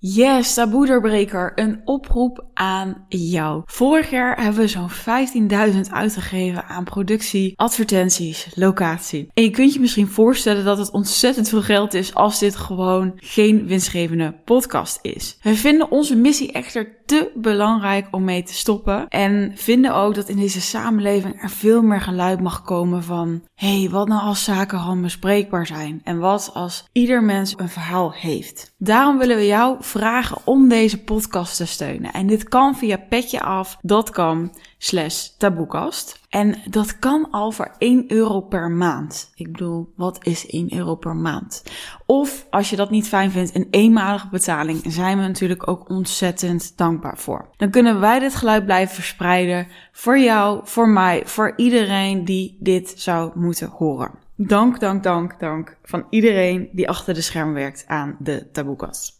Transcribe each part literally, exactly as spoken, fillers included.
Yes, taboe-doorbreker, een oproep aan jou. Vorig jaar hebben we zo'n vijftienduizend uitgegeven aan productie, advertenties, locatie. En je kunt je misschien voorstellen dat het ontzettend veel geld is als dit gewoon geen winstgevende podcast is. We vinden onze missie echter te belangrijk om mee te stoppen. En vinden ook dat in deze samenleving er veel meer geluid mag komen van... Hé, hey, wat nou als zaken gewoon bespreekbaar zijn? En wat als ieder mens een verhaal heeft? Daarom willen we jou vragen om deze podcast te steunen. En dit kan via petjeaf.com slash taboekast. En dat kan al voor één euro per maand. Ik bedoel, wat is één euro per maand? Of als je dat niet fijn vindt, een eenmalige betaling, zijn we natuurlijk ook ontzettend dankbaar voor. Dan kunnen wij dit geluid blijven verspreiden voor jou, voor mij, voor iedereen die dit zou moeten horen. Dank, dank, dank, dank van iedereen die achter de schermen werkt aan de Taboekast.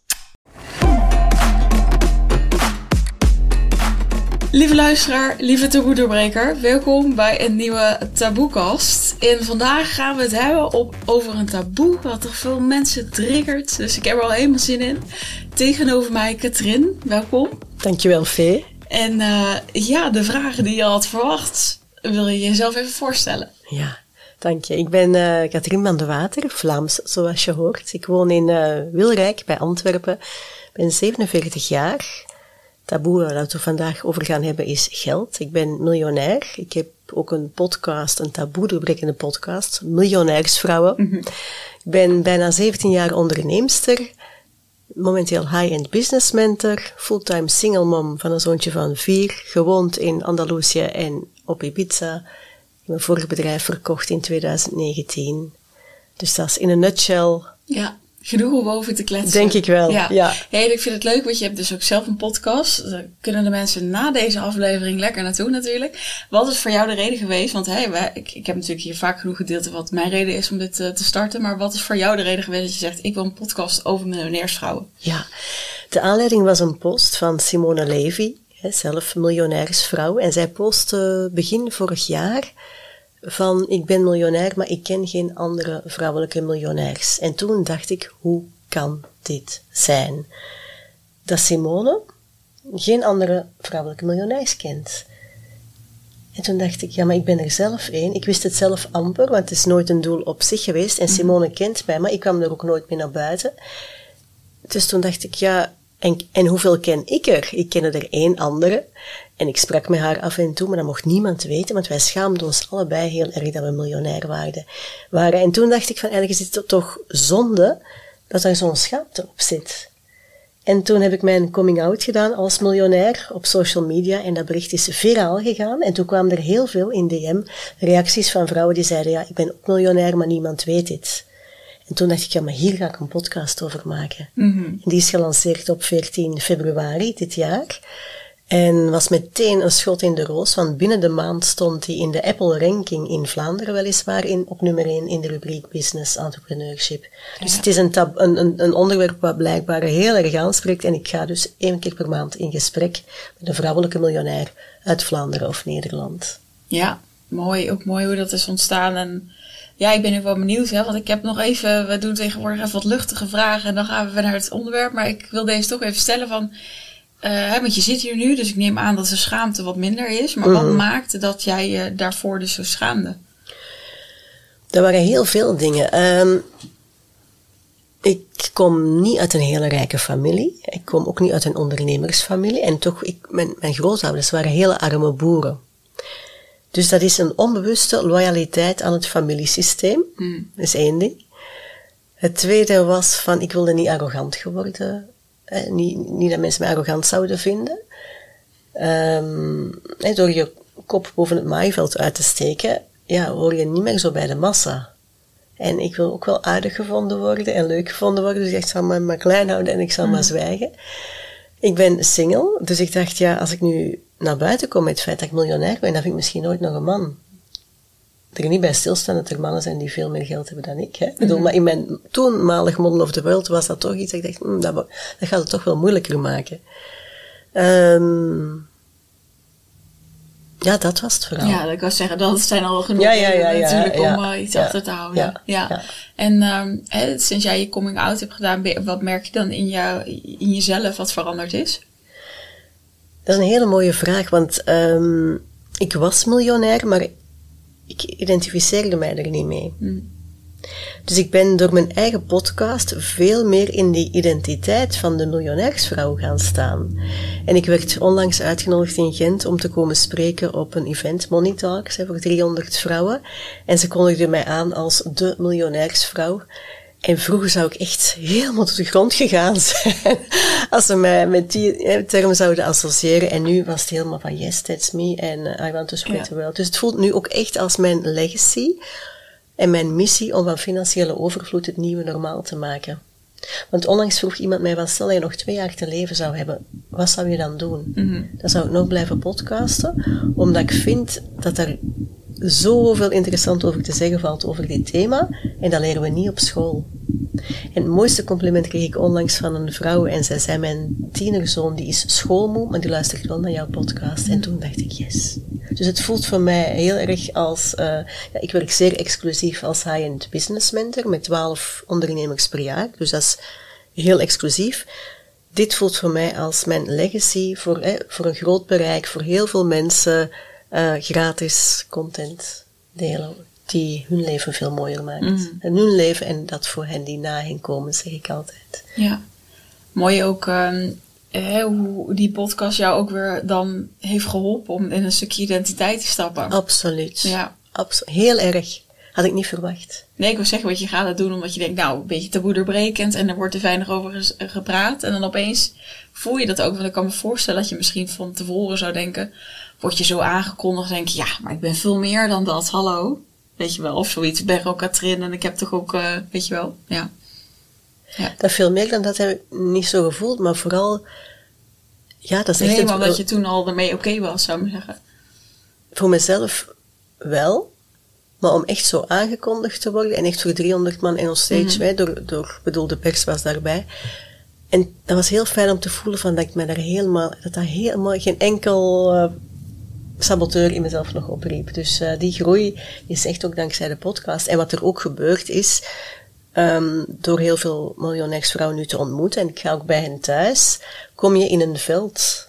Lieve luisteraar, lieve taboe-doorbreker, welkom bij een nieuwe Taboekast. En vandaag gaan we het hebben op, over een taboe wat toch veel mensen triggert. Dus ik heb er al helemaal zin in. Tegenover mij Katrien, welkom. Dankjewel, Vee. En uh, ja, de vragen die je had verwacht, wil je jezelf even voorstellen? Ja, dank je. Ik ben uh, Katrien van de Water, Vlaams zoals je hoort. Ik woon in uh, Wilrijk bij Antwerpen. Ik ben zevenenveertig jaar. Taboe waar we vandaag over gaan hebben is geld. Ik ben miljonair. Ik heb ook een podcast, een taboe-doorbrekende podcast, Miljonairsvrouwen. Mm-hmm. Ik ben bijna zeventien jaar onderneemster. Momenteel high-end business mentor. Fulltime single mom van een zoontje van vier. Gewoond in Andalusië en op Ibiza. Ik heb mijn vorige bedrijf verkocht in twintig negentien. Dus dat is in een nutshell... Ja. Genoeg om over te kletsen. Denk ik wel, ja. ja. Hey, ik vind het leuk, want je hebt dus ook zelf een podcast. Daar kunnen de mensen na deze aflevering lekker naartoe natuurlijk. Wat is voor jou de reden geweest? Want hey, wij, ik, ik heb natuurlijk hier vaak genoeg gedeeld wat mijn reden is om dit uh, te starten. Maar wat is voor jou de reden geweest dat je zegt, ik wil een podcast over miljonairsvrouwen? Ja, de aanleiding was een post van Simone Levy, hè, zelf miljonairsvrouw. En zij postte begin vorig jaar... van ik ben miljonair, maar ik ken geen andere vrouwelijke miljonairs. En toen dacht ik, hoe kan dit zijn? Dat Simone geen andere vrouwelijke miljonairs kent. En toen dacht ik, ja, maar ik ben er zelf één. Ik wist het zelf amper, want het is nooit een doel op zich geweest. En Simone kent mij, maar ik kwam er ook nooit mee naar buiten. Dus toen dacht ik, ja, en, en hoeveel ken ik er? Ik ken er één andere. En ik sprak met haar af en toe, maar dat mocht niemand weten, want wij schaamden ons allebei heel erg dat we miljonair waren. En toen dacht ik van, eigenlijk is het toch zonde dat er zo'n schaamte op zit. En toen heb ik mijn coming-out gedaan als miljonair op social media en dat bericht is viraal gegaan. En toen kwamen er heel veel in D M reacties van vrouwen die zeiden, ja, ik ben ook miljonair, maar niemand weet dit. En toen dacht ik, ja, maar hier ga ik een podcast over maken. Mm-hmm. En die is gelanceerd op veertien februari dit jaar. En was meteen een schot in de roos, want binnen de maand stond hij in de Apple-ranking in Vlaanderen weliswaar in, op nummer één in de rubriek Business Entrepreneurship. Dus ja. Het is een, tab, een, een, een onderwerp wat blijkbaar heel erg aanspreekt en ik ga dus één keer per maand in gesprek met een vrouwelijke miljonair uit Vlaanderen of Nederland. Ja, mooi. Ook mooi hoe dat is ontstaan en... Ja, ik ben nu wel benieuwd, hè, want ik heb nog even, we doen tegenwoordig even wat luchtige vragen en dan gaan we weer naar het onderwerp, maar ik wil deze toch even stellen van, uh, want je zit hier nu, dus ik neem aan dat de schaamte wat minder is, maar mm. wat maakte dat jij je uh, daarvoor dus zo schaamde? Er waren heel veel dingen. Um, ik kom niet uit een hele rijke familie, ik kom ook niet uit een ondernemersfamilie en toch, ik, mijn, mijn grootouders waren hele arme boeren. Dus dat is een onbewuste loyaliteit aan het familiesysteem. Mm. Dat is één ding. Het tweede was van, ik wilde niet arrogant geworden. Eh, niet, niet dat mensen mij arrogant zouden vinden. Um, eh, door je kop boven het maaiveld uit te steken, ja, hoor je niet meer zo bij de massa. En ik wil ook wel aardig gevonden worden en leuk gevonden worden. Dus ik zal me maar klein houden en ik zal mm. maar zwijgen. Ik ben single, dus ik dacht, ja, als ik nu naar buiten kom met het feit dat ik miljonair ben, dan vind ik misschien nooit nog een man. Er niet bij stilstaan dat er mannen zijn die veel meer geld hebben dan ik. Hè? Mm-hmm. Ik bedoel, maar in mijn toenmalig Model of the World was dat toch iets dat ik dacht, mm, dat, dat gaat het toch wel moeilijker maken. Um, Ja, dat was het vooral. Ja, dat kan zeggen, dat zijn al genoeg ja, ja, ja, ja, natuurlijk ja, om uh, iets ja, achter te houden. Ja, ja. ja. En um, hè, sinds jij je coming out hebt gedaan, wat merk je dan in, jou, in jezelf wat veranderd is? Dat is een hele mooie vraag, want um, ik was miljonair, maar ik identificeerde mij er niet mee. Hmm. Dus ik ben door mijn eigen podcast veel meer in die identiteit van de miljonairsvrouw gaan staan. En ik werd onlangs uitgenodigd in Gent om te komen spreken op een event, Money Talks, voor driehonderd vrouwen. En ze kondigden mij aan als de miljonairsvrouw. En vroeger zou ik echt helemaal tot de grond gegaan zijn als ze mij met die term zouden associëren. En nu was het helemaal van yes, that's me en uh, I want to spread the world. Dus het voelt nu ook echt als mijn legacy en mijn missie om van financiële overvloed het nieuwe normaal te maken. Want onlangs vroeg iemand mij, wat stel je nog twee jaar te leven zou hebben, wat zou je dan doen? Mm-hmm. Dan zou ik nog blijven podcasten, omdat ik vind dat er zoveel interessant over te zeggen valt over dit thema, en dat leren we niet op school. En het mooiste compliment kreeg ik onlangs van een vrouw, en zij zei, mijn tienerzoon die is schoolmoe, maar die luistert wel naar jouw podcast. En toen dacht ik, yes. Dus het voelt voor mij heel erg als, uh, ja, ik werk zeer exclusief als high-end business mentor, met twaalf ondernemers per jaar, dus dat is heel exclusief. Dit voelt voor mij als mijn legacy voor, eh, voor een groot bereik, voor heel veel mensen, Uh, gratis content delen die hun leven veel mooier maakt. Mm. En hun leven en dat voor hen die na hen komen, zeg ik altijd. Ja, mooi ook um, eh, hoe die podcast jou ook weer dan heeft geholpen om in een stukje identiteit te stappen. Absoluut. Ja. Abso- heel erg. Had ik niet verwacht. Nee, ik wil zeggen, wat je gaat het doen omdat je denkt, nou, een beetje taboe doorbrekend en er wordt er weinig over ges- gepraat. En dan opeens voel je dat ook, want ik kan me voorstellen dat je misschien van tevoren zou denken, word je zo aangekondigd, denk je, ja, maar ik ben veel meer dan dat, hallo. Weet je wel, of zoiets. Ik ben ook Katrien en ik heb toch ook, uh, weet je wel, ja. ja. Dat veel meer dan dat heb ik niet zo gevoeld, maar vooral, ja, dat is echt... Nee, maar omdat je toen al ermee oké okay was, zou ik maar zeggen. Voor mezelf wel, maar om echt zo aangekondigd te worden, en echt voor driehonderd man in ons stage, mm-hmm. wij, door, door, bedoel, de pers was daarbij. En dat was heel fijn om te voelen van dat ik me daar helemaal, dat dat helemaal geen enkel uh, saboteur in mezelf nog opriep. Dus uh, die groei is echt ook dankzij de podcast. En wat er ook gebeurd is, um, door heel veel miljonairsvrouwen nu te ontmoeten, en ik ga ook bij hen thuis, kom je in een veld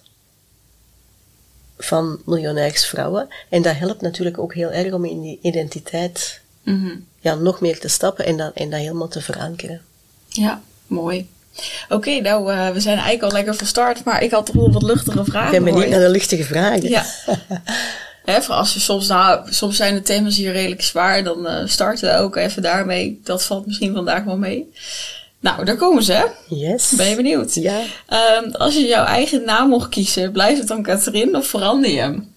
van miljonairsvrouwen. En dat helpt natuurlijk ook heel erg om in die identiteit mm-hmm. ja, nog meer te stappen en dat, en dat helemaal te verankeren. Ja, mooi. Oké, okay, nou, uh, we zijn eigenlijk al lekker van start, maar ik had toch wel wat luchtige vragen. Ik ben benieuwd naar de luchtige vragen. Ja. He, voor als je soms, nou, soms zijn de thema's hier redelijk zwaar, dan uh, starten we ook even daarmee. Dat valt misschien vandaag wel mee. Nou, daar komen ze. Yes. Ben je benieuwd? Ja. Um, als je jouw eigen naam mocht kiezen, blijft het dan Katrien of verander je hem?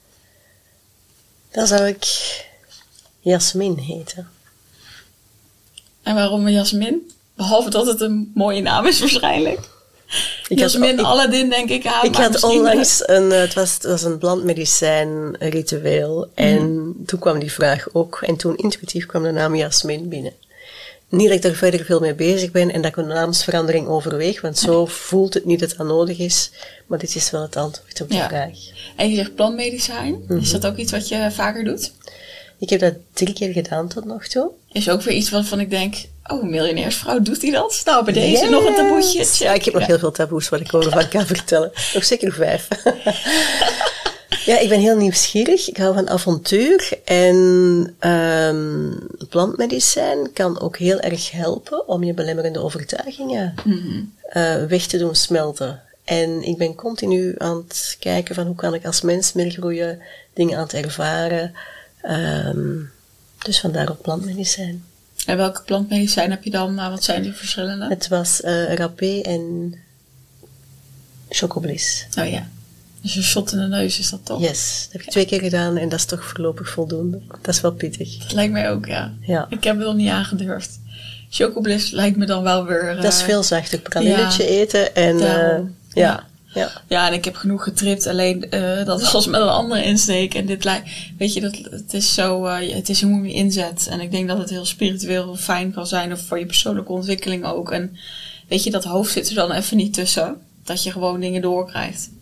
Dan zou ik Jasmin heten. En waarom Jasmin? Behalve dat het een mooie naam is waarschijnlijk. Ik Jasmin had, Aladdin, denk ik. Ah, ik had onlangs een, het was, het was een plantmedicijn ritueel. En mm. toen kwam die vraag ook. En toen intuïtief kwam de naam Jasmin binnen. Niet dat ik daar verder veel mee bezig ben en dat ik een naamsverandering overweeg. Want zo nee. voelt het niet dat dat nodig is. Maar dit is wel het antwoord op de ja. vraag. En je zegt plantmedicijn. Mm-hmm. Is dat ook iets wat je vaker doet? Ik heb dat drie keer gedaan tot nog toe. Is ook weer iets waarvan ik denk, oh, een miljonairsvrouw, doet hij dat? Nou, bij deze yes. nog een taboetje. Check. Ja, ik heb nog ja. heel veel taboes wat ik over van kan vertellen. Nog zeker vijf. Ja, ik ben heel nieuwsgierig. Ik hou van avontuur. En um, plantmedicijn kan ook heel erg helpen om je belemmerende overtuigingen mm-hmm. uh, weg te doen smelten. En ik ben continu aan het kijken van hoe kan ik als mens meer groeien, dingen aan het ervaren. Um, dus vandaar ook plantmedicijn. En welke plantmedicijn heb je dan? Nou, wat zijn die verschillende? Het was uh, rapé en chocobliss. Oh ja. Dus een shot in de neus is dat toch? Yes. Dat heb ik twee keer gedaan en dat is toch voorlopig voldoende. Dat is wel pittig. Dat lijkt mij ook, ja. ja. Ik heb het nog niet aangedurfd. Chocobliss lijkt me dan wel weer... Uh, dat is veel zachter. Pralilletje ja. eten en... Uh, ja. ja. Ja. ja, en ik heb genoeg getript. Alleen, uh, dat was met een andere insteek. En dit lijkt... Weet je, dat, het is zo... Uh, het is hoe je inzet. En ik denk dat het heel spiritueel fijn kan zijn. Of voor je persoonlijke ontwikkeling ook. En weet je, dat hoofd zit er dan even niet tussen. Dat je gewoon dingen doorkrijgt.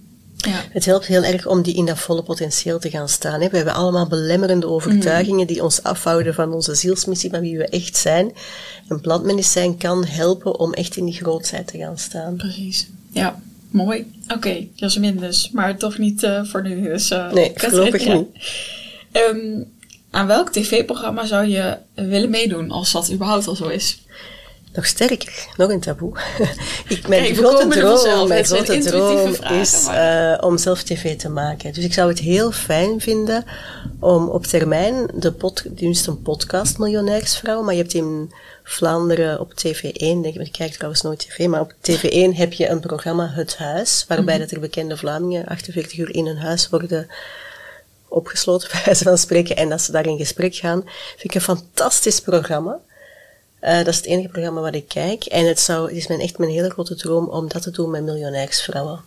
Ja. Het helpt heel erg om die in dat volle potentieel te gaan staan. Hè. We hebben allemaal belemmerende overtuigingen mm. die ons afhouden van onze zielsmissie, van wie we echt zijn. Een plantmedicijn kan helpen om echt in die grootheid te gaan staan. Precies, ja. Mooi. Oké, okay, Jasmin dus. Maar toch niet uh, voor nu. Dus, uh, nee, voorlopig ja. niet. Um, aan welk tv-programma zou je willen meedoen, als dat überhaupt al zo is? Nog sterker, nog een taboe. ik, mijn Kijk, grote droom, mijn grote droom vragen, is uh, om zelf tv te maken. Dus ik zou het heel fijn vinden om op termijn, de pod, nu is het een podcast Miljonairsvrouw, maar je hebt in Vlaanderen op T V één, denk ik, ik kijk trouwens nooit tv, maar op T V één heb je een programma Het Huis, waarbij mm-hmm. dat er bekende Vlamingen achtenveertig uur in een huis worden opgesloten, bij wijze van spreken, en dat ze daar in gesprek gaan. Vind ik een fantastisch programma. Uh, dat is het enige programma wat ik kijk. En het, zou, het is mijn, echt mijn hele grote droom om dat te doen met miljonairsvrouwen.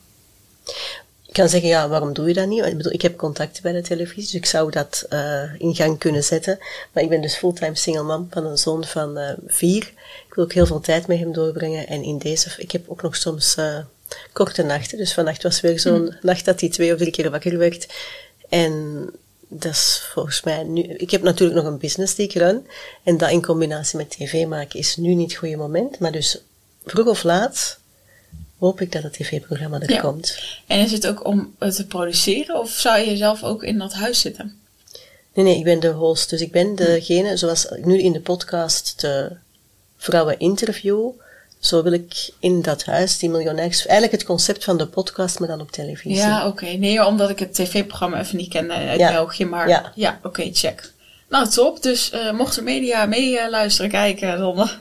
Ik kan zeggen, ja, waarom doe je dat niet? Ik bedoel, ik heb contacten bij de televisie, dus ik zou dat uh, in gang kunnen zetten. Maar ik ben dus fulltime single mom van een zoon van uh, vier. Ik wil ook heel veel tijd met hem doorbrengen. En in deze, ik heb ook nog soms uh, korte nachten. Dus vannacht was weer zo'n mm. nacht dat hij twee of drie keer wakker werd. En dat is volgens mij nu... Ik heb natuurlijk nog een business die ik run. En dat in combinatie met tv maken is nu niet het goede moment. Maar dus vroeg of laat hoop ik dat het tv-programma er ja. komt. En is het ook om het te produceren? Of zou je zelf ook in dat huis zitten? Nee, nee, ik ben de host. Dus ik ben degene, zoals ik nu in de podcast de vrouwen interview... Zo wil ik in dat huis die miljonairs... Eigenlijk het concept van de podcast, maar dan op televisie. Ja, oké. Okay. Nee, omdat ik het tv-programma even niet ken uit ja. België. Maar ja, ja oké, okay, check. Nou, top. Dus uh, mocht er media mee uh, luisteren, kijken, dan uh,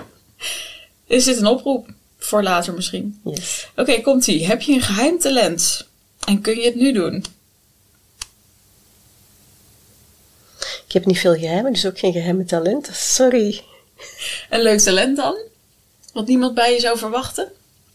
is dit een oproep. Voor later misschien. Yes. Oké, okay, komt-ie. Heb je een geheim talent? En kun je het nu doen? Ik heb niet veel geheimen, dus ook geen geheime talent. Sorry. Een leuk talent dan? Wat niemand bij je zou verwachten?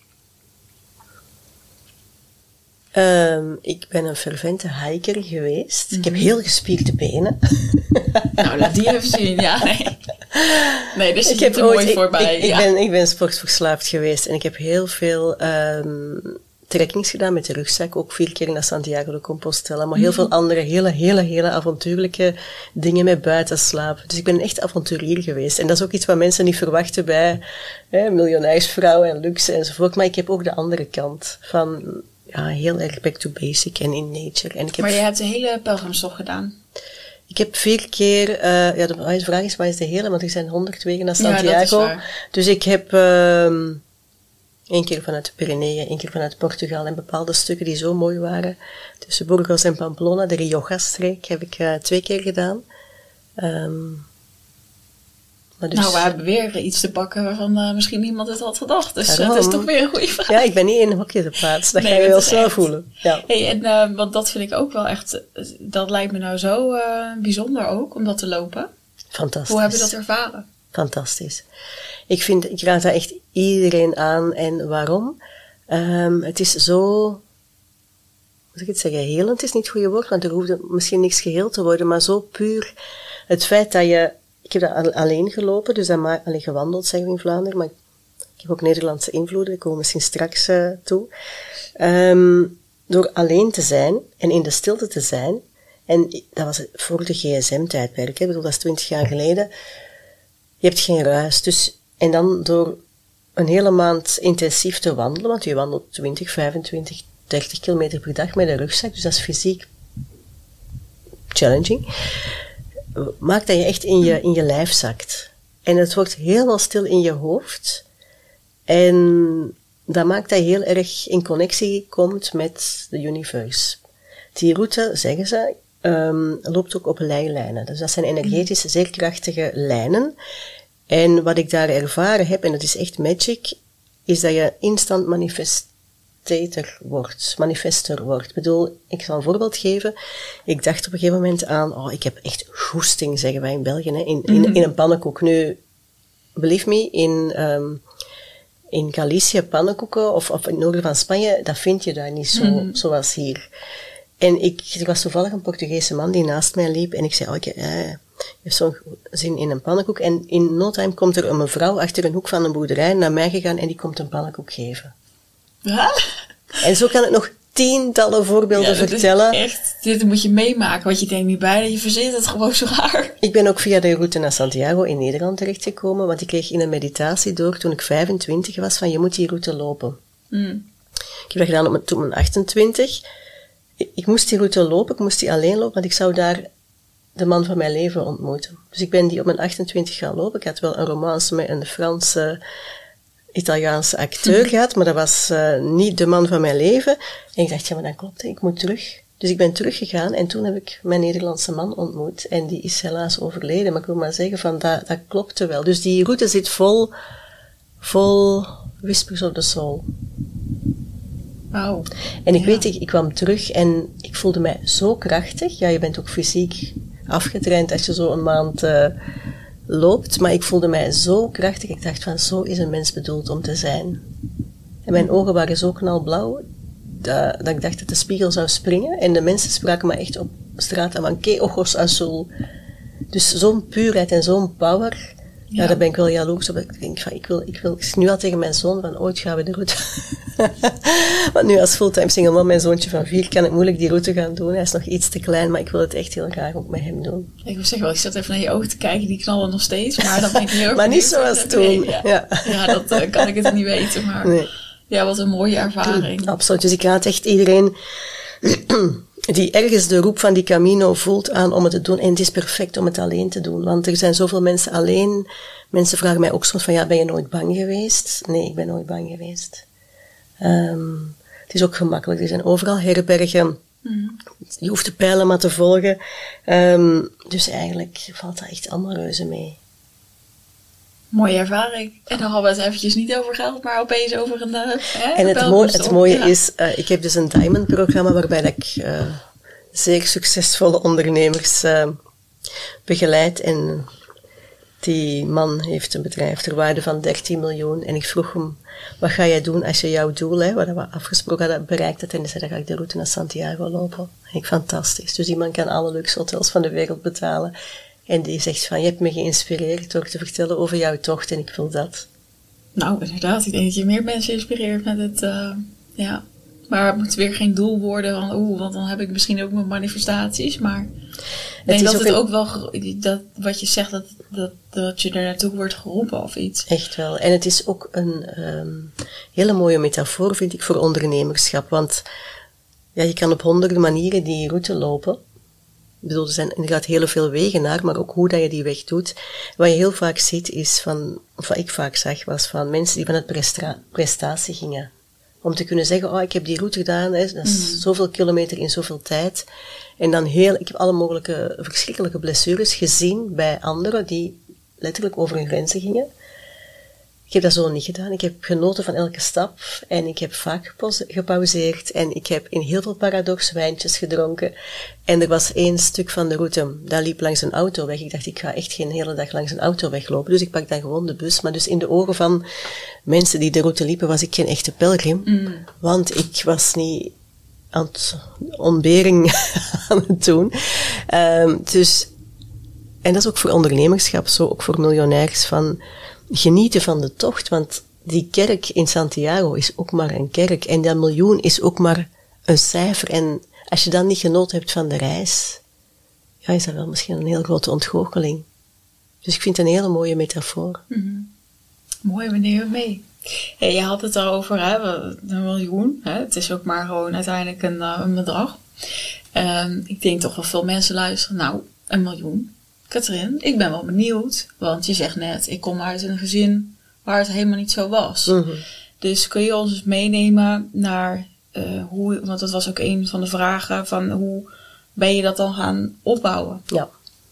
Um, ik ben een fervente hiker geweest. Mm-hmm. Ik heb heel gespierde benen. Nou, laat die even zien. Ja, nee. Nee, dus je heb er mooi voorbij. Ik, ik, ja. ik, ben, ik ben sportverslaafd geweest. En ik heb heel veel um, trekkings gedaan met de rugzak. Ook vier keer naar Santiago de Compostela. Maar heel mm-hmm. veel andere hele, hele, hele avontuurlijke dingen met buitenslaap. Dus ik ben een echt avonturier geweest. En dat is ook iets wat mensen niet verwachten bij hè, miljonairsvrouwen en luxe enzovoort. Maar ik heb ook de andere kant van... Ja, heel erg back to basic en in nature. En ik heb maar je hebt de hele pelgrimstocht gedaan? Ik heb vier keer... Uh, ja, de vraag is, wat is de hele? Want er zijn honderd wegen naar Santiago. Ja, dat is waar. Dus ik heb... Um, één keer vanuit de Pyreneeën, één keer vanuit Portugal en bepaalde stukken die zo mooi waren. Tussen Burgos en Pamplona, de Rioja-streek, heb ik uh, twee keer gedaan. Um, maar dus, nou, we hebben weer iets te pakken waarvan uh, misschien niemand het had gedacht. Dus uh, dat is toch weer een goede vraag. Ja, ik ben niet in een hokje te plaatsen. Dat nee, ga je wel snel echt voelen. Ja. Hey, en uh, want dat vind ik ook wel echt... Dat lijkt me nou zo uh, bijzonder ook, om dat te lopen. Fantastisch. Hoe heb je dat ervaren? Fantastisch. Ik vind, ik raad daar echt iedereen aan. En waarom? Um, het is zo... Moet ik het zeggen? Helend is niet het goede woord, want er hoeft misschien niks geheel te worden. Maar zo puur het feit dat je... Ik heb dat alleen gelopen, dus dat maar alleen gewandeld, zeggen we in Vlaanderen, maar ik heb ook Nederlandse invloeden, ik kom misschien straks uh, toe. Um, door alleen te zijn en in de stilte te zijn, en dat was voor de gsm-tijdperk, ik bedoel, dat is twintig jaar geleden, je hebt geen ruis, dus, en dan door een hele maand intensief te wandelen, want je wandelt twintig, vijfentwintig, dertig kilometer per dag met een rugzak, dus dat is fysiek challenging. Maakt dat je echt in je, in je lijf zakt. En het wordt helemaal stil in je hoofd. En dat maakt dat je heel erg in connectie komt met de universe. Die route, zeggen ze, um, loopt ook op leilijnen. Dus dat zijn energetisch zeer krachtige lijnen. En wat ik daar ervaren heb, en dat is echt magic, is dat je instant manifesteert. wordt, manifester wordt. Ik bedoel, ik zal een voorbeeld geven. Ik dacht op een gegeven moment aan, oh, ik heb echt goesting, zeggen wij in België, hè, in, in, in een pannenkoek. Nu, believe me, in, um, in Galicië pannenkoeken, of, of in het noorden van Spanje, dat vind je daar niet zo, mm. zoals hier. En ik, er was toevallig een Portugese man die naast mij liep, en ik zei, oh, ik, eh, je hebt zo'n zin in een pannenkoek. En in no time komt er een mevrouw achter een hoek van een boerderij naar mij gegaan, en die komt een pannenkoek geven. Ja? En zo kan het nog tientallen voorbeelden ja, dat vertellen. Is echt, dit moet je meemaken, want je denkt niet bij dat je verzint het gewoon zo raar. Ik ben ook via de route naar Santiago in Nederland terechtgekomen, want ik kreeg in een meditatie door toen ik vijfentwintig was van je moet die route lopen. Mm. Ik heb dat gedaan op mijn, toen mijn achtentwintig. Ik, ik moest die route lopen, ik moest die alleen lopen, want ik zou daar de man van mijn leven ontmoeten. Dus ik ben die op mijn achtentwintig gaan lopen. Ik had wel een romance met een Franse, Italiaanse acteur gehad, maar dat was uh, niet de man van mijn leven. En ik dacht, ja, maar dan klopt het, ik moet terug. Dus ik ben teruggegaan en toen heb ik mijn Nederlandse man ontmoet. En die is helaas overleden, maar ik wil maar zeggen, van dat, dat klopte wel. Dus die route zit vol, vol whispers of the soul. Wauw. En ik ja. weet, ik, ik kwam terug en ik voelde mij zo krachtig. Ja, je bent ook fysiek afgetraind als je zo een maand uh, loopt. Maar ik voelde mij zo krachtig. Ik dacht van, zo is een mens bedoeld om te zijn. En mijn ogen waren zo knalblauw, dat, dat ik dacht dat de spiegel zou springen. En de mensen spraken me echt op straat aan van, que ojos azul. Dus zo'n puurheid en zo'n power... Ja, ja, daar ben ik wel jaloers op. Ik denk van, ik wil, ik wil, ik zeg nu al tegen mijn zoon van, ooit gaan we de route. Want nu als fulltime single man, mijn zoontje van vier, kan ik moeilijk die route gaan doen. Hij is nog iets te klein, maar ik wil het echt heel graag ook met hem doen. Ik wil zeggen, wel, ik zat even naar je ogen te kijken, die knallen nog steeds, maar dat ben ik heel erg Maar niet zoals toen. Nee, ja. Ja. ja, dat uh, kan ik het niet weten, maar nee. Ja, wat een mooie ervaring. Absoluut, dus ik raad echt iedereen die ergens de roep van die Camino voelt aan om het te doen. En het is perfect om het alleen te doen, want er zijn zoveel mensen alleen. Mensen vragen mij ook soms van, ja, ben je nooit bang geweest? Nee, ik ben nooit bang geweest. Um, het is ook gemakkelijk, er zijn overal herbergen. Mm. Je hoeft de pijlen maar te volgen. Um, dus eigenlijk valt dat echt allemaal reuze mee. Mooie ervaring. En dan hadden we het eventjes niet over geld, maar opeens over een... Uh, en het, mo- het mooie ja. is, uh, ik heb dus een Diamond-programma waarbij ik uh, zeer succesvolle ondernemers uh, begeleid. En die man heeft een bedrijf ter waarde van dertien miljoen. En ik vroeg hem, wat ga jij doen als je jouw doel, hè, wat we afgesproken hadden, bereikt hebt? En hij zei, dan ga ik de route naar Santiago lopen. En ik, fantastisch. Dus die man kan alle luxe hotels van de wereld betalen. En die zegt van, je hebt me geïnspireerd door te vertellen over jouw tocht en ik wil dat. Nou, inderdaad. Ik denk dat je meer mensen inspireert met het, uh, ja. Maar het moet weer geen doel worden van, oeh, want dan heb ik misschien ook mijn manifestaties. Maar ik denk dat het een... ook wel, dat wat je zegt, dat, dat, dat je er naartoe wordt geroepen of iets. Echt wel. En het is ook een um, hele mooie metafoor, vind ik, voor ondernemerschap. Want ja, je kan op honderden manieren die route lopen. Ik bedoel, er zijn inderdaad heel veel wegen naar, maar ook hoe dat je die weg doet. Wat je heel vaak ziet is van, of wat ik vaak zag, was van mensen die vanuit prestra- prestatie gingen. Om te kunnen zeggen, oh, ik heb die route gedaan, hè, dat is mm. zoveel kilometer in zoveel tijd. En dan heel, ik heb alle mogelijke verschrikkelijke blessures gezien bij anderen die letterlijk over hun grenzen gingen. Ik heb dat zo niet gedaan. Ik heb genoten van elke stap en ik heb vaak gepauze- gepauzeerd en ik heb in heel veel paradox wijntjes gedronken. En er was één stuk van de route, dat liep langs een autoweg. Ik dacht, ik ga echt geen hele dag langs een autoweg lopen, dus ik pak dan gewoon de bus. Maar dus in de ogen van mensen die de route liepen, was ik geen echte pelgrim, mm. want ik was niet aan het ontbering aan het doen. Um, dus, en dat is ook voor ondernemerschap zo, ook voor miljonairs, van genieten van de tocht, want die kerk in Santiago is ook maar een kerk en dat miljoen is ook maar een cijfer. En als je dan niet genoten hebt van de reis, ja, is dat wel misschien een heel grote ontgoocheling. Dus ik vind het een hele mooie metafoor. Mm-hmm. Mooi, we nemen mee. Hey, je had het al over hè, een miljoen. Hè? Het is ook maar gewoon uiteindelijk een, uh, een bedrag. Um, ik denk toch wel veel mensen luisteren. Nou, een miljoen. Katrien, ik ben wel benieuwd, want je zegt net, ik kom uit een gezin waar het helemaal niet zo was. Mm-hmm. Dus kun je ons eens meenemen naar uh, hoe, want dat was ook een van de vragen, van hoe ben je dat dan gaan opbouwen? Ja.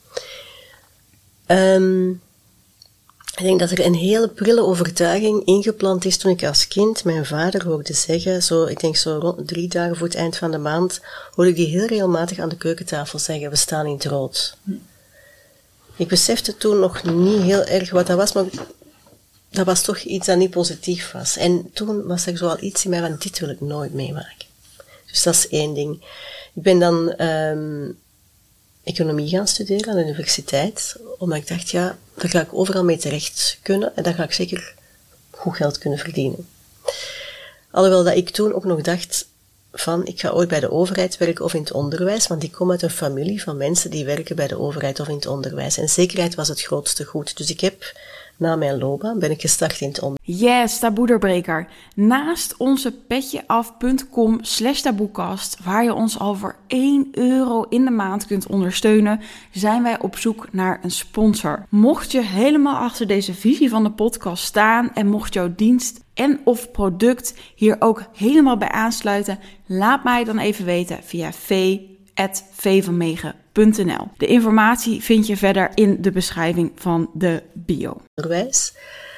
Um, ik denk dat er een hele prille overtuiging ingeplant is toen ik als kind mijn vader hoorde zeggen, zo, ik denk zo rond drie dagen voor het eind van de maand, hoorde ik die heel regelmatig aan de keukentafel zeggen, we staan in het rood. Hm. Ik besefte toen nog niet heel erg wat dat was, maar dat was toch iets dat niet positief was. En toen was er zo al iets in mij van, dit wil ik nooit meemaken. Dus dat is één ding. Ik ben dan um, economie gaan studeren aan de universiteit, omdat ik dacht, ja, daar ga ik overal mee terecht kunnen en daar ga ik zeker goed geld kunnen verdienen. Alhoewel dat ik toen ook nog dacht, van, ik ga ooit bij de overheid werken of in het onderwijs, want ik kom uit een familie van mensen die werken bij de overheid of in het onderwijs. En zekerheid was het grootste goed. Dus ik heb, na mijn loopbaan, ben ik gestart in het onderwijs. Yes, taboedoorbreker. Naast onze petjeaf.com slash taboekast, waar je ons al voor één euro in de maand kunt ondersteunen, zijn wij op zoek naar een sponsor. Mocht je helemaal achter deze visie van de podcast staan en mocht jouw dienst en of product hier ook helemaal bij aansluiten, laat mij dan even weten via v at v van megen punt n l. De informatie vind je verder in de beschrijving van de bio. Onderwijs.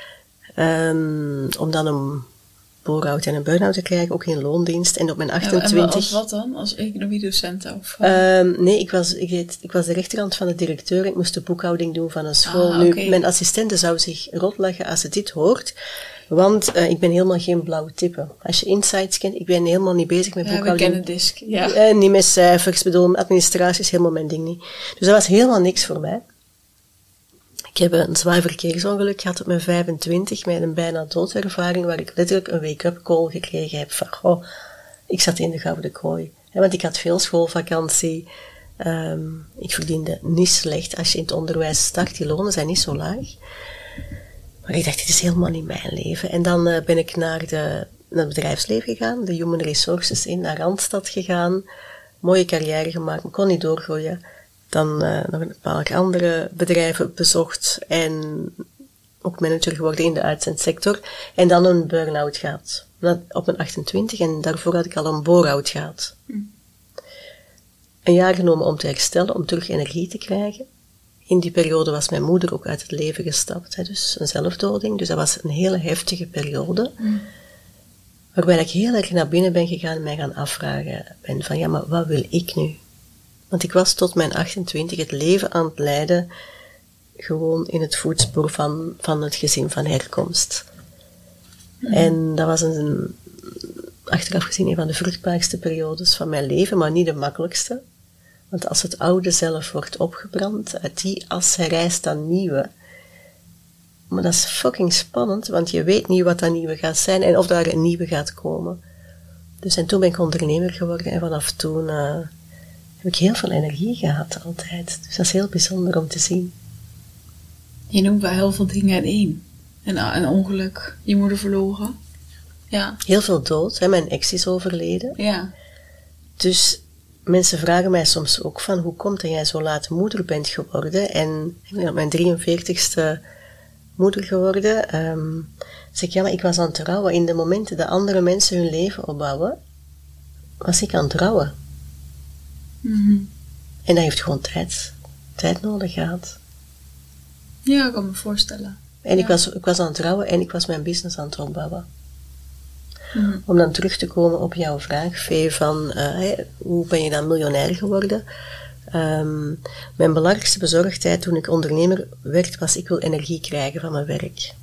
Um, om dan een bore-out en een burn-out te krijgen, ook in loondienst. En op mijn achtentwintig... Ja, en als wat dan? Als economiedocent? Of, uh... um, nee, ik was, ik, ik was de rechterhand van de directeur. Ik moest de boekhouding doen van een school. Ah, nu, okay. Mijn assistente zou zich rotlachen als ze dit hoort. Want uh, ik ben helemaal geen blauwe type. Als je insights kent, ik ben helemaal niet bezig met ja, boekhouding. We kennen DISC, ja. Uh, niet met cijfers, bedoel, administratie is helemaal mijn ding niet. Dus dat was helemaal niks voor mij. Ik heb een zwaar verkeersongeluk gehad op mijn vijfentwintig, met een bijna doodervaring, waar ik letterlijk een wake-up call gekregen heb van, goh, ik zat in de gouden kooi. Ja, want ik had veel schoolvakantie, um, ik verdiende niet slecht. Als je in het onderwijs start, die lonen zijn niet zo laag. Maar ik dacht, dit is helemaal niet mijn leven. En dan uh, ben ik naar, de, naar het bedrijfsleven gegaan, de Human Resources in, naar Randstad gegaan, mooie carrière gemaakt, maar kon niet doorgroeien. Dan uh, nog een paar andere bedrijven bezocht en ook manager geworden in de uitzendsector. En dan een burn-out gehad. Op mijn achtentwintig en daarvoor had ik al een bore-out gehad. Hm. Een jaar genomen om te herstellen, om terug energie te krijgen. In die periode was mijn moeder ook uit het leven gestapt, hè, dus een zelfdoding. Dus dat was een hele heftige periode. Hm. Waarbij ik heel erg naar binnen ben gegaan en mij gaan afvragen ben van, ja, maar wat wil ik nu? Want ik was tot mijn achtentwintig het leven aan het leiden, gewoon in het voetspoor van, van het gezin van herkomst. Mm. En dat was een, achteraf gezien, een van de vruchtbaarste periodes van mijn leven, maar niet de makkelijkste. Want als het oude zelf wordt opgebrand, uit die as rijst dan nieuwe. Maar dat is fucking spannend, want je weet niet wat dat nieuwe gaat zijn en of daar een nieuwe gaat komen. Dus en toen ben ik ondernemer geworden en vanaf toen... Uh, heb ik heel veel energie gehad altijd. Dus dat is heel bijzonder om te zien. Je noemt wel heel veel dingen in één. Een, een ongeluk, je moeder verloren. Ja. Heel veel dood. Hè. Mijn ex is overleden. Ja. Dus mensen vragen mij soms ook van, hoe komt dat jij zo laat moeder bent geworden? En ik ben op mijn drieënveertigste moeder geworden. Um, zeg ik, ja, maar ik was aan het trouwen. In de momenten dat andere mensen hun leven opbouwen, was ik aan het trouwen. Mm-hmm. En dat heeft gewoon tijd, tijd nodig gehad. Ja, ik kan me voorstellen. En ja. ik, was, ik was aan het trouwen en ik was mijn business aan het opbouwen. Mm-hmm. Om dan terug te komen op jouw vraag, Vee, van uh, hey, hoe ben je dan miljonair geworden? Um, mijn belangrijkste bezorgdheid toen ik ondernemer werd, was ik wil energie krijgen van mijn werk.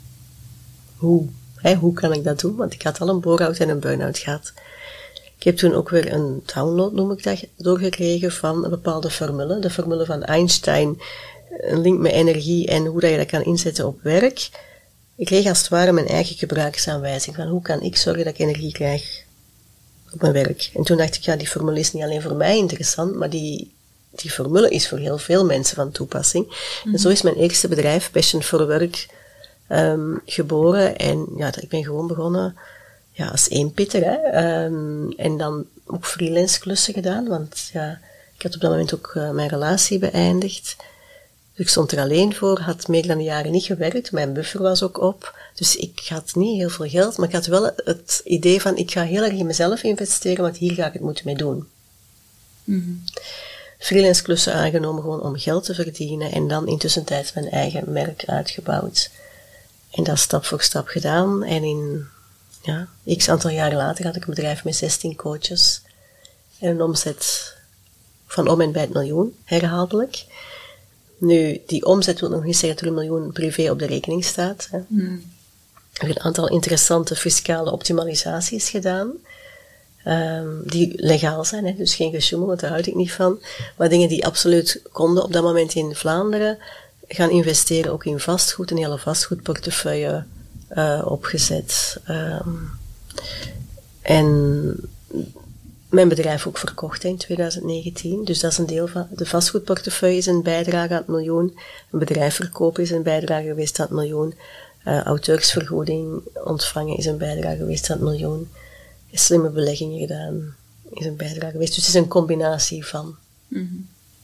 Hoe? Hey, hoe kan ik dat doen? Want ik had al een bore-out en een burn-out gehad. Ik heb toen ook weer een download, noem ik dat, doorgekregen van een bepaalde formule. De formule van Einstein, een link met energie en hoe dat je dat kan inzetten op werk. Ik kreeg als het ware mijn eigen gebruiksaanwijzing van hoe kan ik zorgen dat ik energie krijg op mijn werk. En toen dacht ik, ja, die formule is niet alleen voor mij interessant, maar die, die formule is voor heel veel mensen van toepassing. Mm-hmm. En zo is mijn eerste bedrijf, Passion for Work, um, geboren. En ja, ik ben gewoon begonnen... Ja, als eenpitter, hè. Um, en dan ook freelance klussen gedaan, want ja, ik had op dat moment ook uh, mijn relatie beëindigd. Dus ik stond er alleen voor, had meer dan een jaar niet gewerkt, mijn buffer was ook op. Dus ik had niet heel veel geld, maar ik had wel het idee van, ik ga heel erg in mezelf investeren, want hier ga ik het moeten mee doen. Mm-hmm. Freelance klussen aangenomen gewoon om geld te verdienen en dan intussen tijd mijn eigen merk uitgebouwd. En dat stap voor stap gedaan en in... Ja, x aantal jaren later had ik een bedrijf met zestien coaches en een omzet van om en bij het miljoen, herhaaldelijk. Nu, die omzet wil nog niet zeggen dat er een miljoen privé op de rekening staat. Hè. Mm. Ik heb een aantal interessante fiscale optimalisaties gedaan, um, die legaal zijn, hè, dus geen gesjoemel, want daar houd ik niet van. Maar dingen die absoluut konden op dat moment in Vlaanderen, gaan investeren ook in vastgoed, een hele vastgoedportefeuille, Uh, opgezet. Um, en mijn bedrijf ook verkocht hè, in twintig negentien. Dus dat is een deel van de vastgoedportefeuille is een bijdrage aan het miljoen. Een bedrijf verkopen is een bijdrage geweest aan het miljoen. Uh, auteursvergoeding ontvangen is een bijdrage geweest aan het miljoen. Slimme beleggingen gedaan is een bijdrage geweest. Dus het is een combinatie van. Mm-hmm.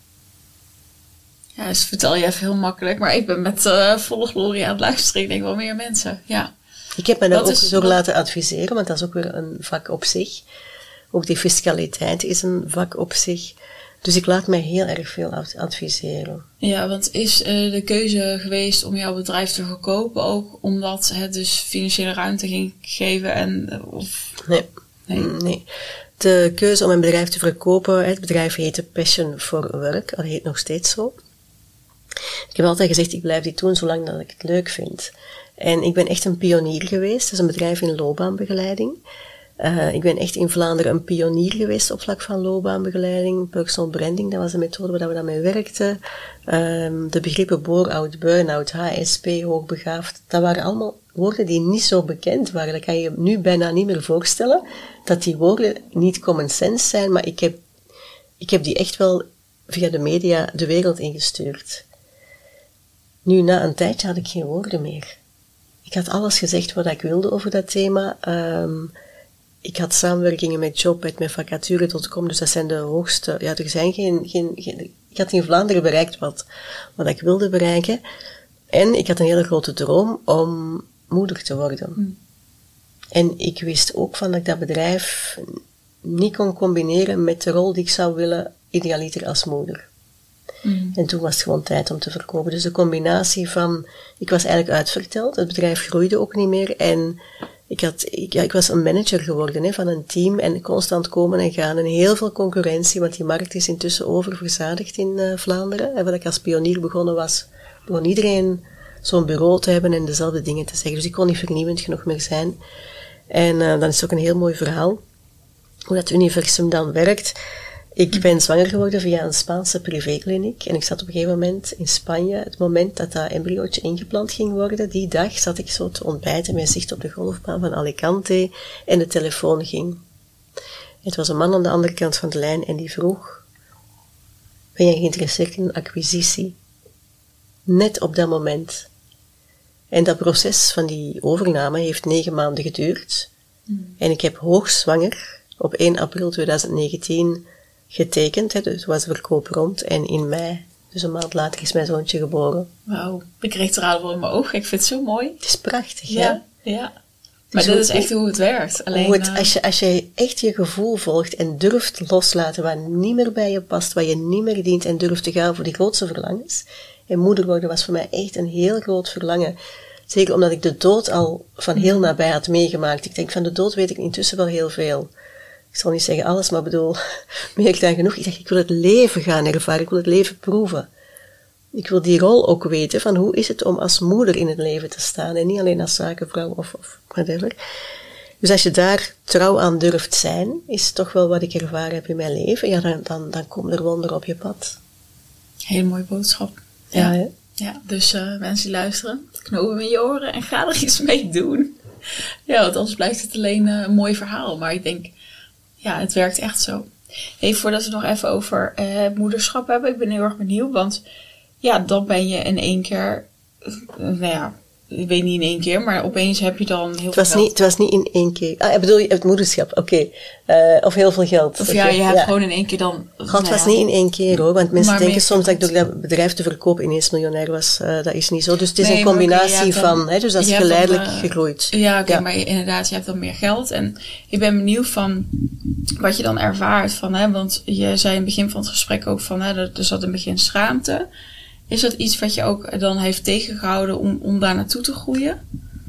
Ja, dus vertel je even heel makkelijk. Maar ik ben met uh, volle glorie aan het luisteren. Ik denk wel meer mensen. Ja. Ik heb me daar ook door laten adviseren, want dat is ook weer een vak op zich. Ook die fiscaliteit is een vak op zich. Dus ik laat mij heel erg veel adviseren. Ja, want is uh, de keuze geweest om jouw bedrijf te verkopen ook omdat het dus financiële ruimte ging geven? En, uh, of... nee. Nee. nee. De keuze om een bedrijf te verkopen, het bedrijf heette Passion for Work, dat heet nog steeds zo. Ik heb altijd gezegd, ik blijf dit doen zolang dat ik het leuk vind. En ik ben echt een pionier geweest. Dat is een bedrijf in loopbaanbegeleiding. Uh, ik ben echt in Vlaanderen een pionier geweest op vlak van loopbaanbegeleiding. Personal branding, dat was de methode waar we daarmee werkten. Um, de begrippen bore-out, burn-out, H S P, hoogbegaafd, dat waren allemaal woorden die niet zo bekend waren. Dat kan je je nu bijna niet meer voorstellen, dat die woorden niet common sense zijn, maar ik heb, ik heb die echt wel via de media de wereld ingestuurd. Nu, na een tijdje had ik geen woorden meer. Ik had alles gezegd wat ik wilde over dat thema. Um, ik had samenwerkingen met Jobpad, met vacature punt com, dus dat zijn de hoogste... Ja, er zijn geen... geen, geen ik had in Vlaanderen bereikt wat, wat ik wilde bereiken. En ik had een hele grote droom om moeder te worden. Mm. En ik wist ook van dat ik dat bedrijf niet kon combineren met de rol die ik zou willen, idealiter als moeder. Mm. En toen was het gewoon tijd om te verkopen. Dus de combinatie van, ik was eigenlijk uitverteld, het bedrijf groeide ook niet meer en ik, had, ik, ja, ik was een manager geworden hè, van een team en constant komen en gaan en heel veel concurrentie, want die markt is intussen oververzadigd in uh, Vlaanderen. En wat ik als pionier begonnen was, begon iedereen zo'n bureau te hebben en dezelfde dingen te zeggen. Dus ik kon niet vernieuwend genoeg meer zijn. En uh, dan is het ook een heel mooi verhaal, hoe dat universum dan werkt. Ik ben zwanger geworden via een Spaanse privékliniek en ik zat op een gegeven moment in Spanje, het moment dat dat embryootje ingeplant ging worden, die dag zat ik zo te ontbijten met zicht op de golfbaan van Alicante en de telefoon ging. Het was een man aan de andere kant van de lijn en die vroeg, ben je geïnteresseerd in een acquisitie? Net op dat moment. En dat proces van die overname heeft negen maanden geduurd mm. en ik heb hoogzwanger op één april tweeduizend negentien getekend, hè, dus was de verkoop rond en in mei, dus een maand later is mijn zoontje geboren. Wauw, ik kreeg het raden in mijn ogen, ik vind het zo mooi. Het is prachtig, ja. Ja, ja. Maar dus dat is echt hoe het werkt. Alleen, hoe het, als, je, als je echt je gevoel volgt en durft loslaten wat niet meer bij je past, wat je niet meer dient en durft te gaan voor die grootste verlangens. En moeder worden was voor mij echt een heel groot verlangen. Zeker omdat ik de dood al van heel nabij had meegemaakt. Ik denk, van de dood weet ik intussen wel heel veel. Ik zal niet zeggen alles, maar bedoel, meer dan genoeg. Ik dacht, ik wil het leven gaan ervaren, ik wil het leven proeven. Ik wil die rol ook weten, van hoe is het om als moeder in het leven te staan, en niet alleen als zakenvrouw of, of whatever. Dus als je daar trouw aan durft zijn, is toch wel wat ik ervaren heb in mijn leven, ja, dan, dan, dan komen er wonderen op je pad. Hele mooie boodschap. Ja, ja, ja dus uh, mensen die luisteren, knopen in je oren en ga er iets mee doen. Ja, want anders blijft het alleen uh, een mooi verhaal, maar ik denk... Ja, het werkt echt zo. Hey, voordat we nog even over uh, moederschap hebben, ik ben heel erg benieuwd, want ja, dan ben je in één keer, uh, nou ja, ik weet niet in één keer, maar opeens heb je dan heel het was veel niet, geld. Het was niet in één keer. Ah, ik bedoel je het moederschap, oké. Okay. Uh, of heel veel geld. Of ja, je hebt ja. gewoon in één keer dan... God, het nou was ja. niet in één keer hoor, want mensen denken soms dat ik door dat bedrijf te verkopen ineens miljonair was. Uh, dat is niet zo. Dus het is nee, een combinatie okay, van, dan, hè, dus dat is geleidelijk dan, uh, gegroeid. Ja, oké, okay, ja. maar inderdaad, je hebt dan meer geld. En ik ben benieuwd van wat je dan ervaart van, hè, want je zei in het begin van het gesprek ook van, hè, er zat in het begin schaamte. Is dat iets wat je ook dan heeft tegengehouden om, om daar naartoe te groeien?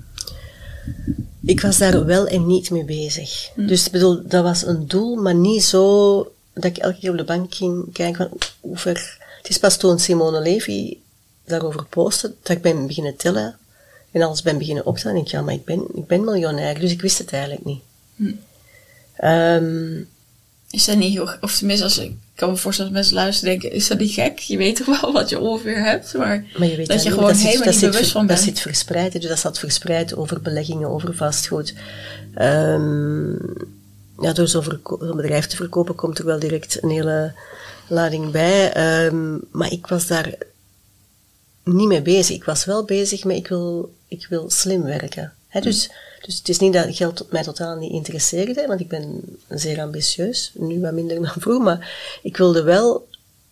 Ik was daar wel en niet mee bezig. Hm. Dus ik bedoel, dat was een doel, maar niet zo dat ik elke keer op de bank ging kijken van hoe ver... Het is pas toen Simone Levy daarover postte, dat ik ben beginnen tellen en alles ben beginnen optellen. En ik ja, maar ik ben, ik ben miljonair, dus ik wist het eigenlijk niet. Hm. Um, is dat niet heel... Of tenminste, als ik kan me voorstellen dat mensen luisteren denken, is dat niet gek? Je weet toch wel wat je ongeveer hebt, maar, maar je weet dat je niet, gewoon dat helemaal zit, niet bewust zit, van bent. Dat zit verspreid, dus dat zat verspreid over beleggingen, over vastgoed. Um, ja, door zo'n, verko- zo'n bedrijf te verkopen komt er wel direct een hele lading bij. Um, maar ik was daar niet mee bezig. Ik was wel bezig met, ik wil, ik wil slim werken. He, dus, dus het is niet dat geld mij totaal niet interesseerde, want ik ben zeer ambitieus, nu wat minder dan vroeger, maar ik wilde wel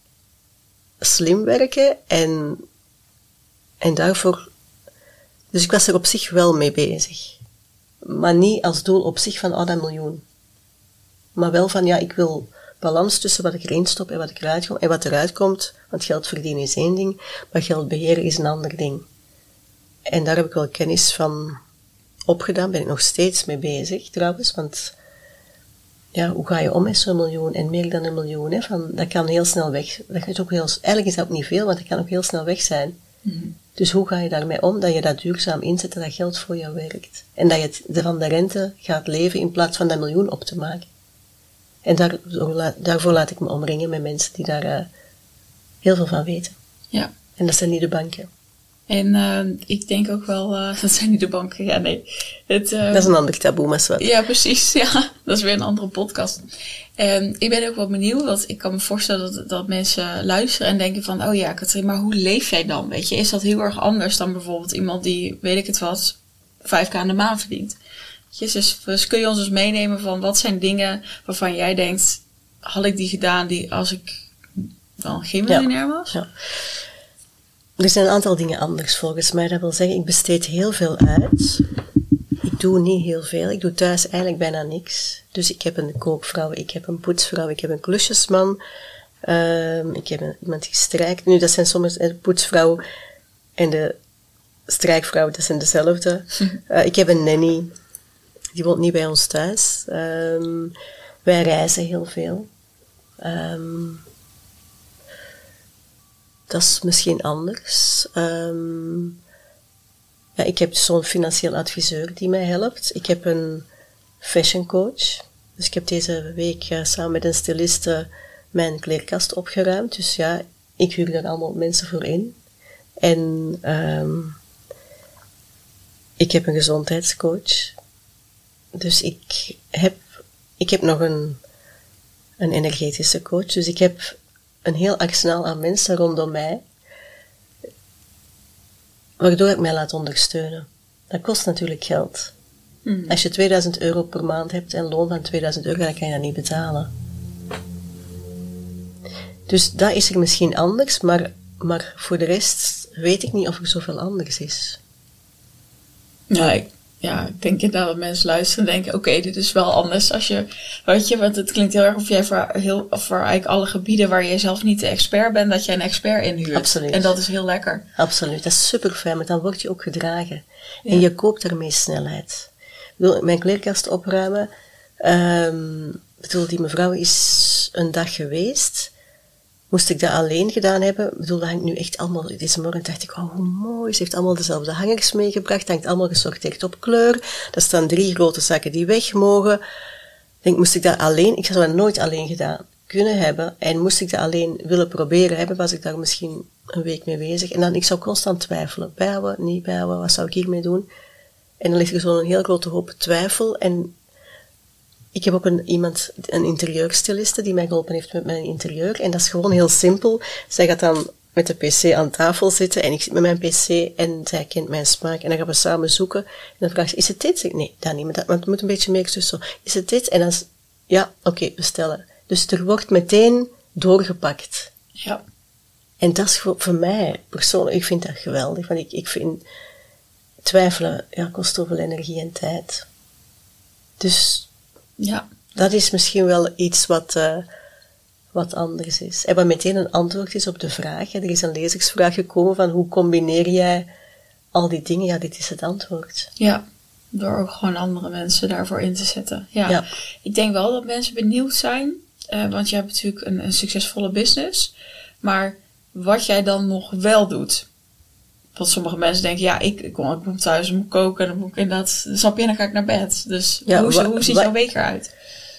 slim werken en, en daarvoor, dus ik was er op zich wel mee bezig. Maar niet als doel op zich van, oh, dat miljoen. Maar wel van, ja, ik wil balans tussen wat ik erin stop en wat ik eruit kom. En wat eruit komt, want geld verdienen is één ding, maar geld beheren is een ander ding. En daar heb ik wel kennis van opgedaan, ben ik nog steeds mee bezig trouwens, want ja, hoe ga je om met zo'n miljoen en meer dan een miljoen, hè? Van, dat kan heel snel weg. Dat gaat ook heel, eigenlijk is dat ook niet veel, want dat kan ook heel snel weg zijn. Mm-hmm. Dus hoe ga je daarmee om, dat je dat duurzaam inzet, dat dat geld voor jou werkt. En dat je het, van de rente gaat leven in plaats van dat miljoen op te maken. En daar, daarvoor laat ik me omringen met mensen die daar uh, heel veel van weten. Ja. En dat zijn niet de banken. En uh, ik denk ook wel, uh, dat zijn niet de banken, ja nee. Het, uh, dat is een ander taboe, maar zwart. Ja, precies, ja. Dat is weer een andere podcast. En ik ben ook wel benieuwd, want ik kan me voorstellen dat, dat mensen luisteren en denken van, oh ja, Katrien, maar hoe leef jij dan? Weet je, is dat heel erg anders dan bijvoorbeeld iemand die, weet ik het wat, vijf k aan de maand verdient? Dus, dus kun je ons dus meenemen van, wat zijn dingen waarvan jij denkt, had ik die gedaan die als ik dan geen miljonair was? Ja. Er zijn een aantal dingen anders volgens mij. Dat wil zeggen, ik besteed heel veel uit. Ik doe niet heel veel. Ik doe thuis eigenlijk bijna niks. Dus ik heb een kookvrouw, ik heb een poetsvrouw, ik heb een klusjesman. Um, ik heb een, iemand die strijkt. Nu, dat zijn soms de poetsvrouw en de strijkvrouw, dat zijn dezelfde. Uh, ik heb een nanny. Die woont niet bij ons thuis. Um, wij reizen heel veel. Um, Dat is misschien anders. Um, ja, ik heb zo'n financieel adviseur die mij helpt. Ik heb een fashion coach. Dus ik heb deze week uh, samen met een styliste mijn kleerkast opgeruimd. Dus ja, ik huur daar allemaal mensen voor in. En um, ik heb een gezondheidscoach. Dus ik heb, ik heb nog een, een energetische coach. Dus ik heb een heel arsenaal aan mensen rondom mij, waardoor ik mij laat ondersteunen. Dat kost natuurlijk geld. Mm. Als je tweeduizend euro per maand hebt en loon van tweeduizend euro, dan kan je dat niet betalen. Dus dat is er misschien anders, maar, maar voor de rest weet ik niet of er zoveel anders is. Ja, ik, ja, ik denk inderdaad dat mensen luisteren en denken, oké, okay, dit is wel anders als je, weet je, want het klinkt heel erg of jij voor, heel, voor eigenlijk alle gebieden waar jij zelf niet de expert bent, dat jij een expert inhuurt. Absoluut. En dat is heel lekker. Absoluut, dat is super fijn, maar dan word je ook gedragen. Ja. En je koopt daarmee snelheid. Ik bedoel, mijn kleerkast opruimen, um, bedoel, die mevrouw is een dag geweest. Moest ik dat alleen gedaan hebben, ik bedoel, dat hangt nu echt allemaal, deze morgen dacht ik, oh, hoe mooi, ze heeft allemaal dezelfde hangers meegebracht, dat hangt allemaal gesorteerd op kleur, er staan drie grote zakken die weg mogen. Ik denk, moest ik dat alleen, ik zou dat nooit alleen gedaan kunnen hebben, en moest ik dat alleen willen proberen hebben, was ik daar misschien een week mee bezig, en dan, ik zou constant twijfelen, bijhouden, niet bijhouden, wat zou ik hiermee doen? En dan ligt er zo'n heel grote hoop twijfel, en ik heb ook een, iemand, een interieurstyliste die mij geholpen heeft met mijn interieur. En dat is gewoon heel simpel. Zij gaat dan met de pc aan tafel zitten en ik zit met mijn pc en zij kent mijn smaak. En dan gaan we samen zoeken. En dan vraagt ze, is het dit? Zeg ik, nee, dat niet, maar dat, want het moet een beetje meer dus zo. Is het dit? En dan, ja, oké, okay, bestellen. Dus er wordt meteen doorgepakt. Ja. En dat is voor, voor mij persoonlijk, ik vind dat geweldig. Want ik, ik vind, twijfelen, ja, kost zoveel energie en tijd. Dus, ja, dat is misschien wel iets wat, uh, wat anders is. En wat meteen een antwoord is op de vraag. Er is een lezersvraag gekomen van hoe combineer jij al die dingen? Ja, dit is het antwoord. Ja, door ook gewoon andere mensen daarvoor in te zetten. Ja, ja. Ik denk wel dat mensen benieuwd zijn. Uh, want je hebt natuurlijk een, een succesvolle business. Maar wat jij dan nog wel doet. Want sommige mensen denken, ja, ik, ik, kom, ik kom thuis en moet koken. En dan moet ik inderdaad, snap je, en dan ga ik naar bed. Dus ja, hoe, wa- hoe ziet wa- jouw week eruit?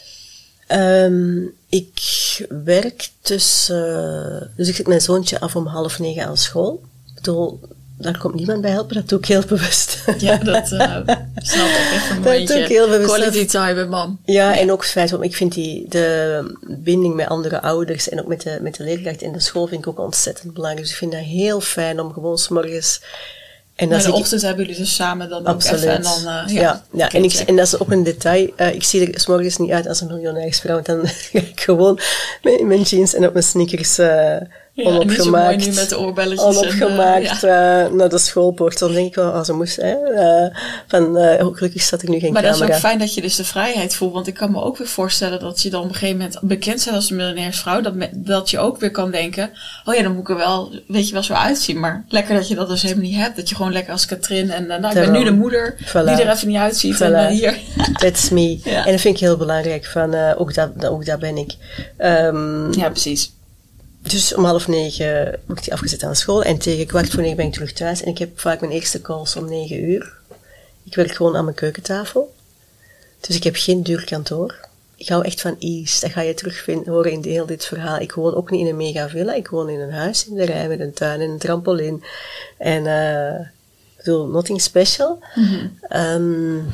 Um, ik werk tussen... Uh, dus ik zet mijn zoontje af om half negen aan school. Ik bedoel, daar komt niemand bij helpen, dat doe ik heel bewust. Ja, dat uh, snap ik echt een dat doe ik heel bewust. Quality time met mam. Ja, ja, en ook het feit, want ik vind die, de binding met andere ouders en ook met de, met de leerkracht in de school vind ik ook ontzettend belangrijk. Dus ik vind dat heel fijn om gewoon 's morgens... En in de ochtend ik, hebben jullie dus samen dan ook even en dan... Uh, ja, ja, ja. En, ik, en dat is ook een detail. Uh, ik zie er 's morgens niet uit als een miljonairsvrouw, want dan ga ik gewoon met mijn jeans en op mijn sneakers... Uh, Ja, onopgemaakt, niet zo mooi nu met de oorbelletjes. Onopgemaakt en, uh, ja. uh, naar de schoolpoort. Dan denk ik wel, als ze moest, hè. Uh, van, uh, gelukkig staat er nu geen maar camera. Maar dat is ook fijn dat je dus de vrijheid voelt. Want ik kan me ook weer voorstellen dat je dan op een gegeven moment bekend bent als een miljonairsvrouw. Dat, me, dat je ook weer kan denken, oh ja, dan moet ik er wel, weet je wel, zo uitzien. Maar lekker dat je dat dus helemaal niet hebt. Dat je gewoon lekker als Katrien en uh, nou, ik ben nu de moeder voilà. Die er even niet uitziet. Voilà. En uh, hier. That's me. Ja. En dat vind ik heel belangrijk. Van, uh, ook, dat, ook dat ben ik. Um, ja, precies. Dus om half negen word ik afgezet aan school en tegen kwart voor negen ben ik terug thuis. En ik heb vaak mijn eerste calls om negen uur. Ik werk gewoon aan mijn keukentafel. Dus ik heb geen duur kantoor. Ik hou echt van ease. Dat ga je terug horen in heel dit verhaal. Ik woon ook niet in een mega villa. Ik woon in een huis in de rij met een tuin en een trampoline. En uh, ik bedoel, nothing special. Mm-hmm. Um,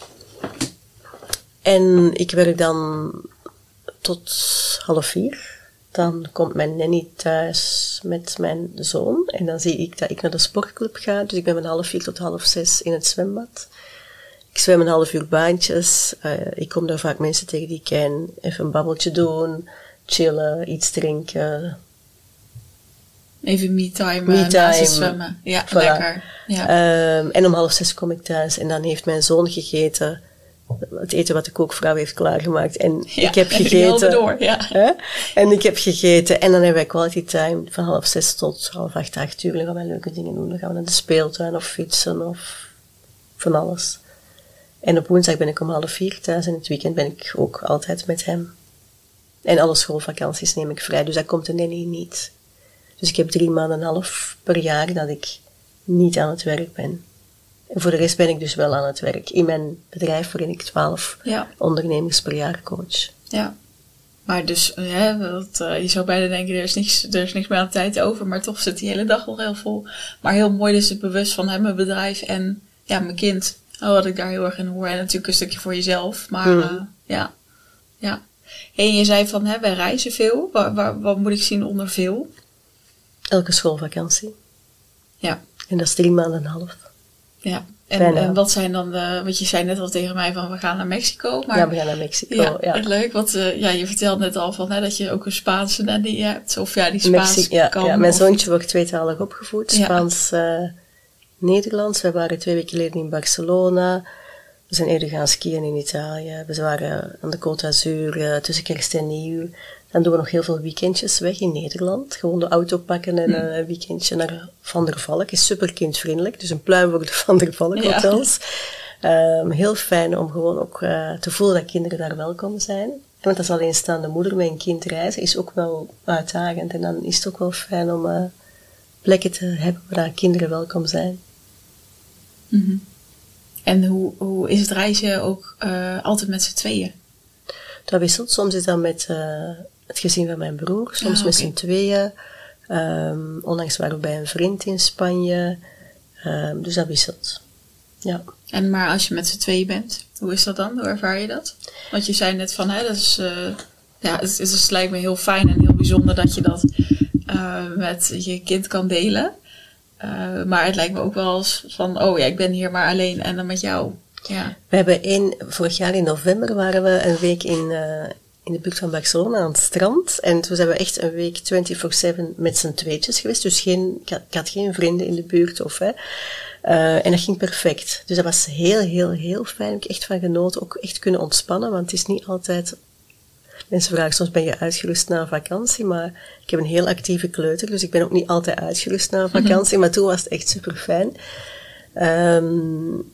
en ik werk dan tot half vier. Dan komt mijn nanny thuis met mijn zoon. En dan zie ik dat ik naar de sportclub ga. Dus ik ben van half vier tot half zes in het zwembad. Ik zwem een half uur baantjes. Uh, ik kom daar vaak mensen tegen die ik ken. Even een babbeltje doen. Chillen, iets drinken. Even me-time, me time naast het zwemmen. Ja, voilà. Lekker. Ja. Um, en om half zes kom ik thuis. En dan heeft mijn zoon gegeten. Het eten wat de kookvrouw heeft klaargemaakt. En ja, ik heb gegeten. Door, ja. Hè? En ik heb gegeten. En dan hebben wij quality time van half zes tot half acht, acht uur. Dan gaan wij leuke dingen doen. Dan gaan we naar de speeltuin of fietsen of van alles. En op woensdag ben ik om half vier thuis. En het weekend ben ik ook altijd met hem. En alle schoolvakanties neem ik vrij. Dus dat komt de nanny niet. Dus ik heb drie maanden en een half per jaar dat ik niet aan het werk ben. En voor de rest ben ik dus wel aan het werk. In mijn bedrijf waarin ik twaalf ja. ondernemers per jaar coach. Ja, maar dus, ja, dat, uh, je zou bijna denken, er is, niks, er is niks meer aan de tijd over. Maar toch zit die hele dag al heel vol. Maar heel mooi dus het bewust van hè, mijn bedrijf en ja, mijn kind. Oh, wat ik daar heel erg in hoor. En natuurlijk een stukje voor jezelf. Maar mm. uh, ja, ja. Hey, en je zei van, hè, wij reizen veel. Waar, waar, wat moet ik zien onder veel? Elke schoolvakantie. Ja. En dat is drie maanden en een half. Ja, en, en wat zijn dan de, want je zei net al tegen mij van we gaan naar Mexico. Maar, ja, we gaan naar Mexico, ja. ja. Leuk, want uh, ja, je vertelde net al van hè, dat je ook een Spaanse nanny hebt. Of ja, die Spaans Mexi- ja, kan. Ja, mijn of... zoontje wordt tweetalig opgevoed. Spaans, ja. uh, Nederlands. We waren twee weken geleden in Barcelona. We zijn eerder gaan skiën in Italië. We waren aan de Côte d'Azur uh, tussen kerst en nieuw. Dan doen we nog heel veel weekendjes weg in Nederland. Gewoon de auto pakken en hmm. een weekendje naar Van der Valk. Is super kindvriendelijk. Dus een pluim voor de Van der Valk hotels. Ja. Um, heel fijn om gewoon ook uh, te voelen dat kinderen daar welkom zijn. Want als alleenstaande moeder met een kind reizen is ook wel uitdagend. En dan is het ook wel fijn om uh, plekken te hebben waar kinderen welkom zijn. Mm-hmm. En hoe, hoe is het reizen ook uh, altijd met z'n tweeën? Dat wisselt. Soms is dat met uh, het gezin van mijn broer. Soms ah, okay. met z'n tweeën. Um, onlangs waren we bij een vriend in Spanje. Um, dus dat wisselt. Ja. En maar als je met z'n tweeën bent, hoe is dat dan? Hoe ervaar je dat? Want je zei net van, hè, dat is, uh, ja, het, het, het lijkt me heel fijn en heel bijzonder dat je dat uh, met je kind kan delen. Uh, maar het lijkt me ook wel eens van, oh ja, ik ben hier maar alleen en dan met jou. Ja. We hebben één, vorig jaar in november waren we een week in, uh, in de buurt van Barcelona aan het strand. En toen zijn we echt een week vierentwintig zeven met z'n tweetjes geweest. Dus geen, ik, had, ik had geen vrienden in de buurt of, hè. Uh, en dat ging perfect. Dus dat was heel, heel, heel fijn. Ik heb echt van genoten. Ook echt kunnen ontspannen, want het is niet altijd... Mensen vragen soms, ben je uitgerust na een vakantie? Maar ik heb een heel actieve kleuter, dus ik ben ook niet altijd uitgerust na een vakantie. Mm-hmm. Maar toen was het echt super fijn. Um,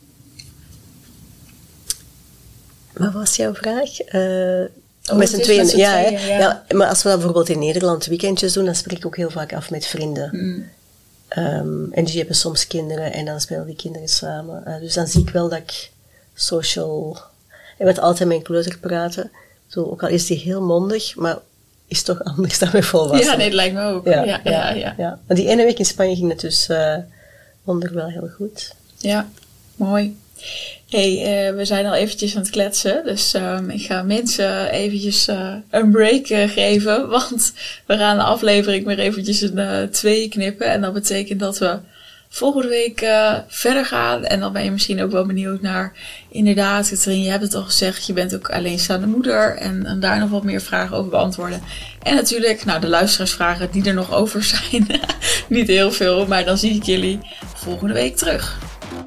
wat was jouw vraag? Uh, oh, met z'n tweeën. Ja, tweeën ja. ja, maar als we dan bijvoorbeeld in Nederland weekendjes doen, dan spreek ik ook heel vaak af met vrienden. Mm. Um, en die hebben soms kinderen en dan spelen die kinderen samen. Uh, dus dan zie ik wel dat ik social... Ik moet altijd met een kleuter praten. Zo, ook al is die heel mondig, maar is toch anders dan met volwassenen. Ja, nee, dat lijkt me ook. Ja, ja, ja. ja, ja. ja. Maar die ene week in Spanje ging het dus uh, daaronder wel heel goed. Ja, mooi. Hey, uh, we zijn al eventjes aan het kletsen, dus um, ik ga mensen eventjes uh, een break uh, geven, want we gaan de aflevering weer eventjes in uh, tweeën knippen. En dat betekent dat we volgende week uh, verder gaan. En dan ben je misschien ook wel benieuwd naar, inderdaad, Katrien, je hebt het al gezegd, je bent ook alleenstaande moeder en, en daar nog wat meer vragen over beantwoorden. En natuurlijk, nou, de luisteraarsvragen die er nog over zijn, niet heel veel, maar dan zie ik jullie volgende week terug.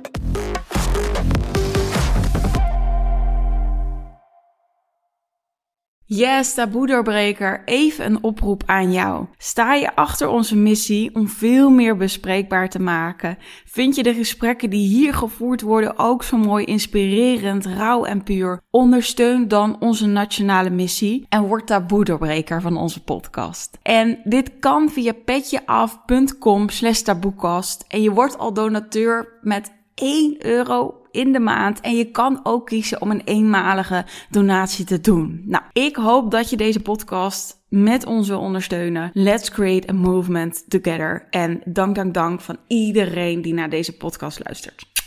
Yes, taboe-doorbreker, even een oproep aan jou. Sta je achter onze missie om veel meer bespreekbaar te maken? Vind je de gesprekken die hier gevoerd worden ook zo mooi inspirerend, rauw en puur? Ondersteun dan onze nationale missie en word taboe-doorbreker van onze podcast. En dit kan via petjeaf.com slash taboekast en je wordt al donateur met één euro in de maand. En je kan ook kiezen om een eenmalige donatie te doen. Nou, ik hoop dat je deze podcast met ons wil ondersteunen. Let's create a movement together. En dank, dank, dank van iedereen die naar deze podcast luistert.